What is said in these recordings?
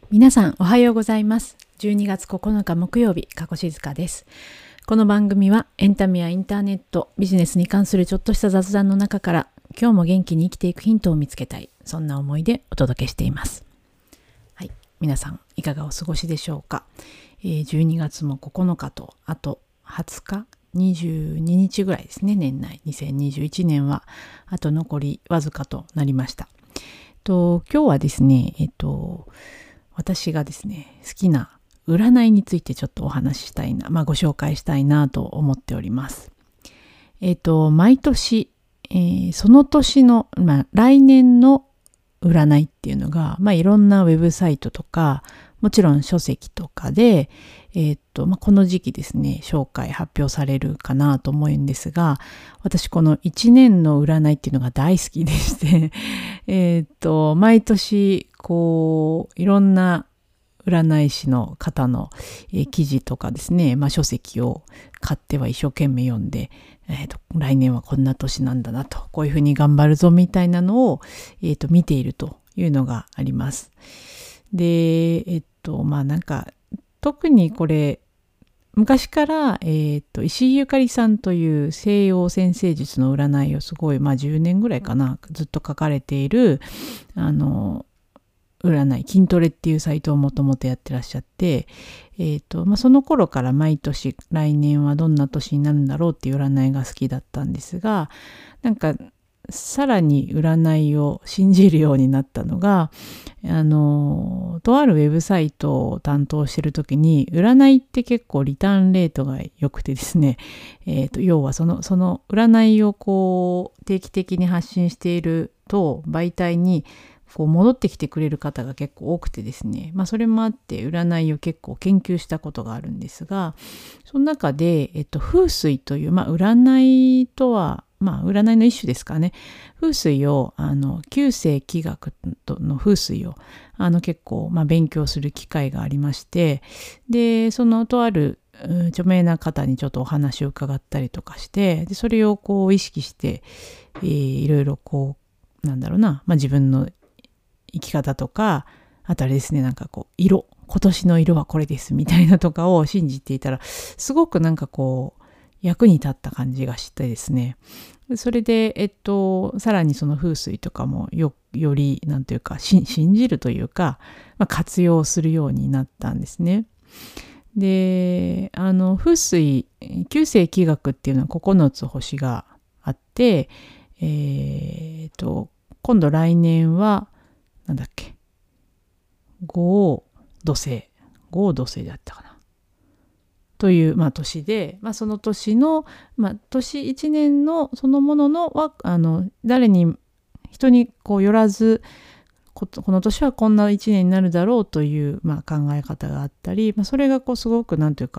皆さんおはようございます。12月9日木曜日、加古静香です。この番組はエンタメやインターネット、ビジネスに関するちょっとした雑談の中から今日も元気に生きていくヒントを見つけたい、そんな思いでお届けしています。はい、皆さんいかがお過ごしでしょうか。12月も9日とあと20日、22日ぐらいですね。年内2021年はあと残りわずかとなりました。今日はですね、私がですね、好きな占いについてちょっとお話ししたいな、ご紹介したいなと思っております。毎年、その年の、来年の占いっていうのが、いろんなウェブサイトとか、もちろん書籍とかで、この時期ですね、紹介発表されるかなと思うんですが、私この1年の占いっていうのが大好きでして毎年こういろんな占い師の方の、記事とかですね、書籍を買っては一生懸命読んで、来年はこんな年なんだなと、こういうふうに頑張るぞみたいなのを、見ているというのがあります。で、なんか特にこれ昔から、石井ゆかりさんという西洋占星術の占いをすごい、10年ぐらいかな、ずっと書かれている占い、筋トレっていうサイトをもともとやってらっしゃって、その頃から毎年来年はどんな年になるんだろうっていう占いが好きだったんですが、なんかさらに占いを信じるようになったのが、とあるウェブサイトを担当しているときに、占いって結構リターンレートが良くてですね、要はその占いをこう定期的に発信していると媒体にこう戻ってきてくれる方が結構多くてですね、それもあって占いを結構研究したことがあるんですが、その中で、風水という、占いとは占いの一種ですかね。風水を九星気学の風水を結構勉強する機会がありまして、でそのとある著名な方にちょっとお話を伺ったりとかして、でそれをこう意識して、いろいろこう自分の生き方とか、あとあれですね、今年の色はこれですみたいなとかを信じていたら、すごく役に立った感じがしてですね、それでさらにその風水とかもより信じるというか、活用するようになったんですね。で風水九星気学っていうのは9つ星があって、今度来年は五土星だったかなという、年で、その年の、年1年のそのもののは人にこうよらず、この年はこんな1年になるだろうという、考え方があったり、それがこうすごく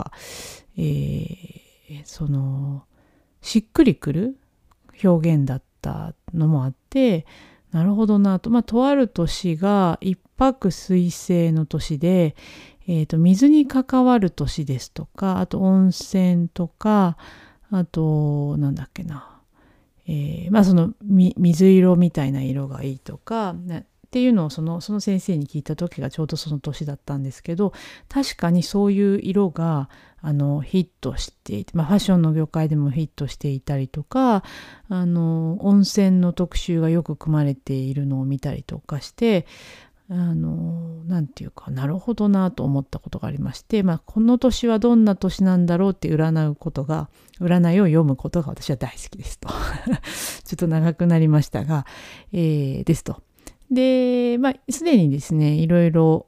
しっくりくる表現だったのもあって、なるほどなと。とある年が一泊水星の年で、水に関わる年ですとか、あと温泉とか、あとその水色みたいな色がいいとか、っていうのをその先生に聞いた時がちょうどその年だったんですけど、確かにそういう色がヒットしていて、ファッションの業界でもヒットしていたりとか、温泉の特集がよく組まれているのを見たりとかして、なるほどなと思ったことがありまして、この年はどんな年なんだろうって占いを読むことが私は大好きですとちょっと長くなりましたが、ですと。で、すでにですね、いろいろ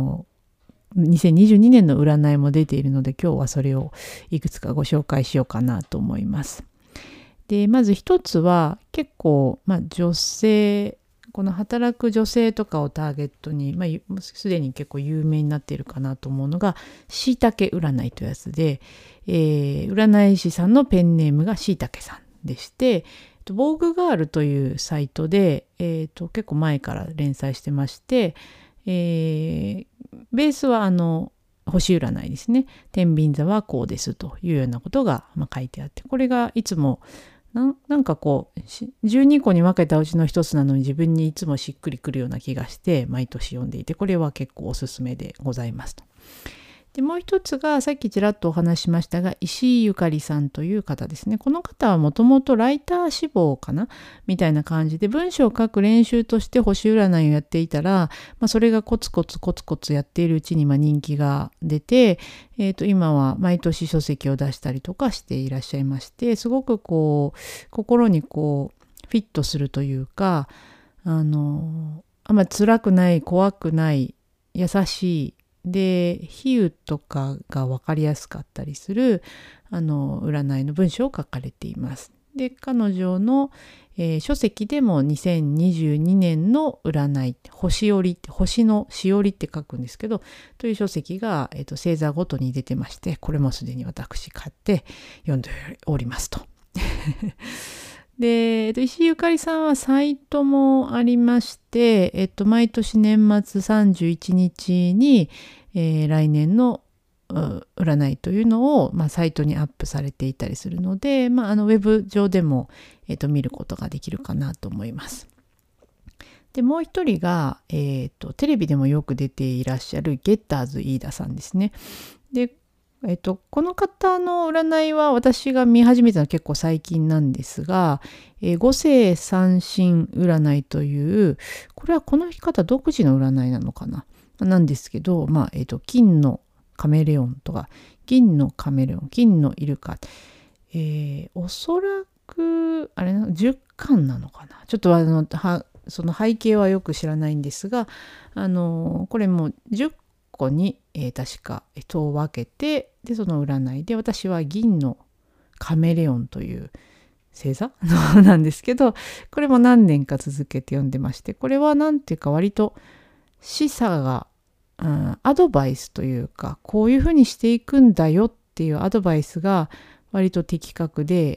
2022年の占いも出ているので、今日はそれをいくつかご紹介しようかなと思います。で、まず一つは結構、女性、この働く女性とかをターゲットに、すでに結構有名になっているかなと思うのが、しいたけ占いというやつで、占い師さんのペンネームがしいたけさんでして、ボーグガールというサイトで、結構前から連載してまして、ベースは星占いですね。天秤座はこうですというようなことが書いてあって、これがいつもなんかこう12個に分けたうちの一つなのに自分にいつもしっくりくるような気がして毎年読んでいて、これは結構おすすめでございますと。でもう一つがさっきちらっとお話ししましたが、石井ゆかりさんという方ですね。この方はもともとライター志望かなみたいな感じで文章を書く練習として星占いをやっていたら、それがコツコツやっているうちに人気が出て、今は毎年書籍を出したりとかしていらっしゃいまして、すごくこう心にこうフィットするというか、あんまり辛くない、怖くない、優しいで比喩とかが分かりやすかったりする占いの文章を書かれています。で彼女の、書籍でも2022年の占い星折りって星のしおりって書くんですけどという書籍が、星座ごとに出てまして、これもすでに私買って読んでおりますと。で、石井ゆかりさんはサイトもありまして、毎年年末31日に、来年の占いというのを、サイトにアップされていたりするので、ウェブ上でも、見ることができるかなと思います。で、もう一人が、テレビでもよく出ていらっしゃるゲッターズ飯田さんですね。でこの方の占いは私が見始めたのは結構最近なんですが、五星三神占いという、これはこの方独自の占いなのかななんですけど、金のカメレオンとか、銀のカメレオン、金のイルカ、おそらく、あれな、10巻なのかな。ちょっとその背景はよく知らないんですが、これも10個に、確か人を分けて、でその占いで私は銀のカメレオンという星座なんですけど、これも何年か続けて読んでまして、これはなんていうか割と示唆が、アドバイスというか、こういうふうにしていくんだよっていうアドバイスが割と的確で、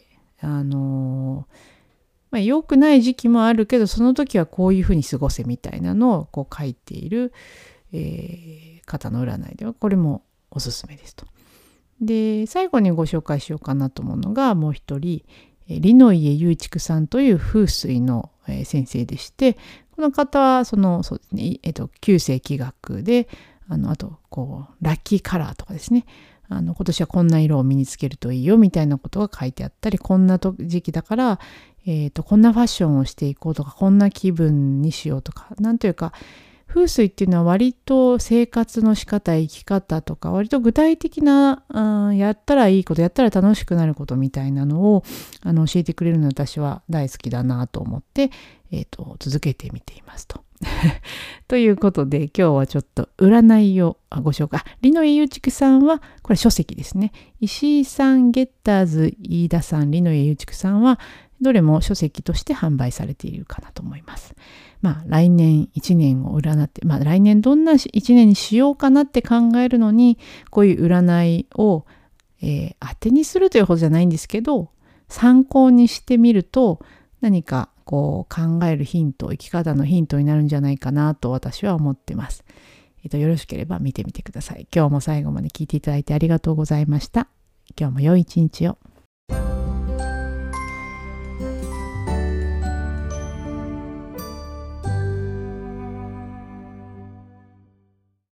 良くない時期もあるけどその時はこういうふうに過ごせみたいなのをこう書いている、方の占いではこれもおすすめですと。で最後にご紹介しようかなと思うのがもう一人理の家雄畜さんという風水の先生でして、この方はそうですね、九星気学であとこうラッキーカラーとかですね、今年はこんな色を身につけるといいよみたいなことが書いてあったり、こんな時期だから、こんなファッションをしていこうとか、こんな気分にしようとか、なんというか風水っていうのは割と生活の仕方、生き方とか割と具体的な、やったらいいこと、やったら楽しくなることみたいなのを教えてくれるので私は大好きだなと思って、続けてみていますと。ということで今日はちょっと占いをご紹介。理の家雄畜さんはこれ書籍ですね。石井さん、ゲッターズ、飯田さん、理の家雄畜さんはどれも書籍として販売されているかなと思います。来年1年を占って、来年どんな1年にしようかなって考えるのに、こういう占いを、当てにするというほどじゃないんですけど、参考にしてみると何かこう考えるヒント、生き方のヒントになるんじゃないかなと私は思ってます。よろしければ見てみてください。今日も最後まで聞いていただいてありがとうございました。今日も良い一日を。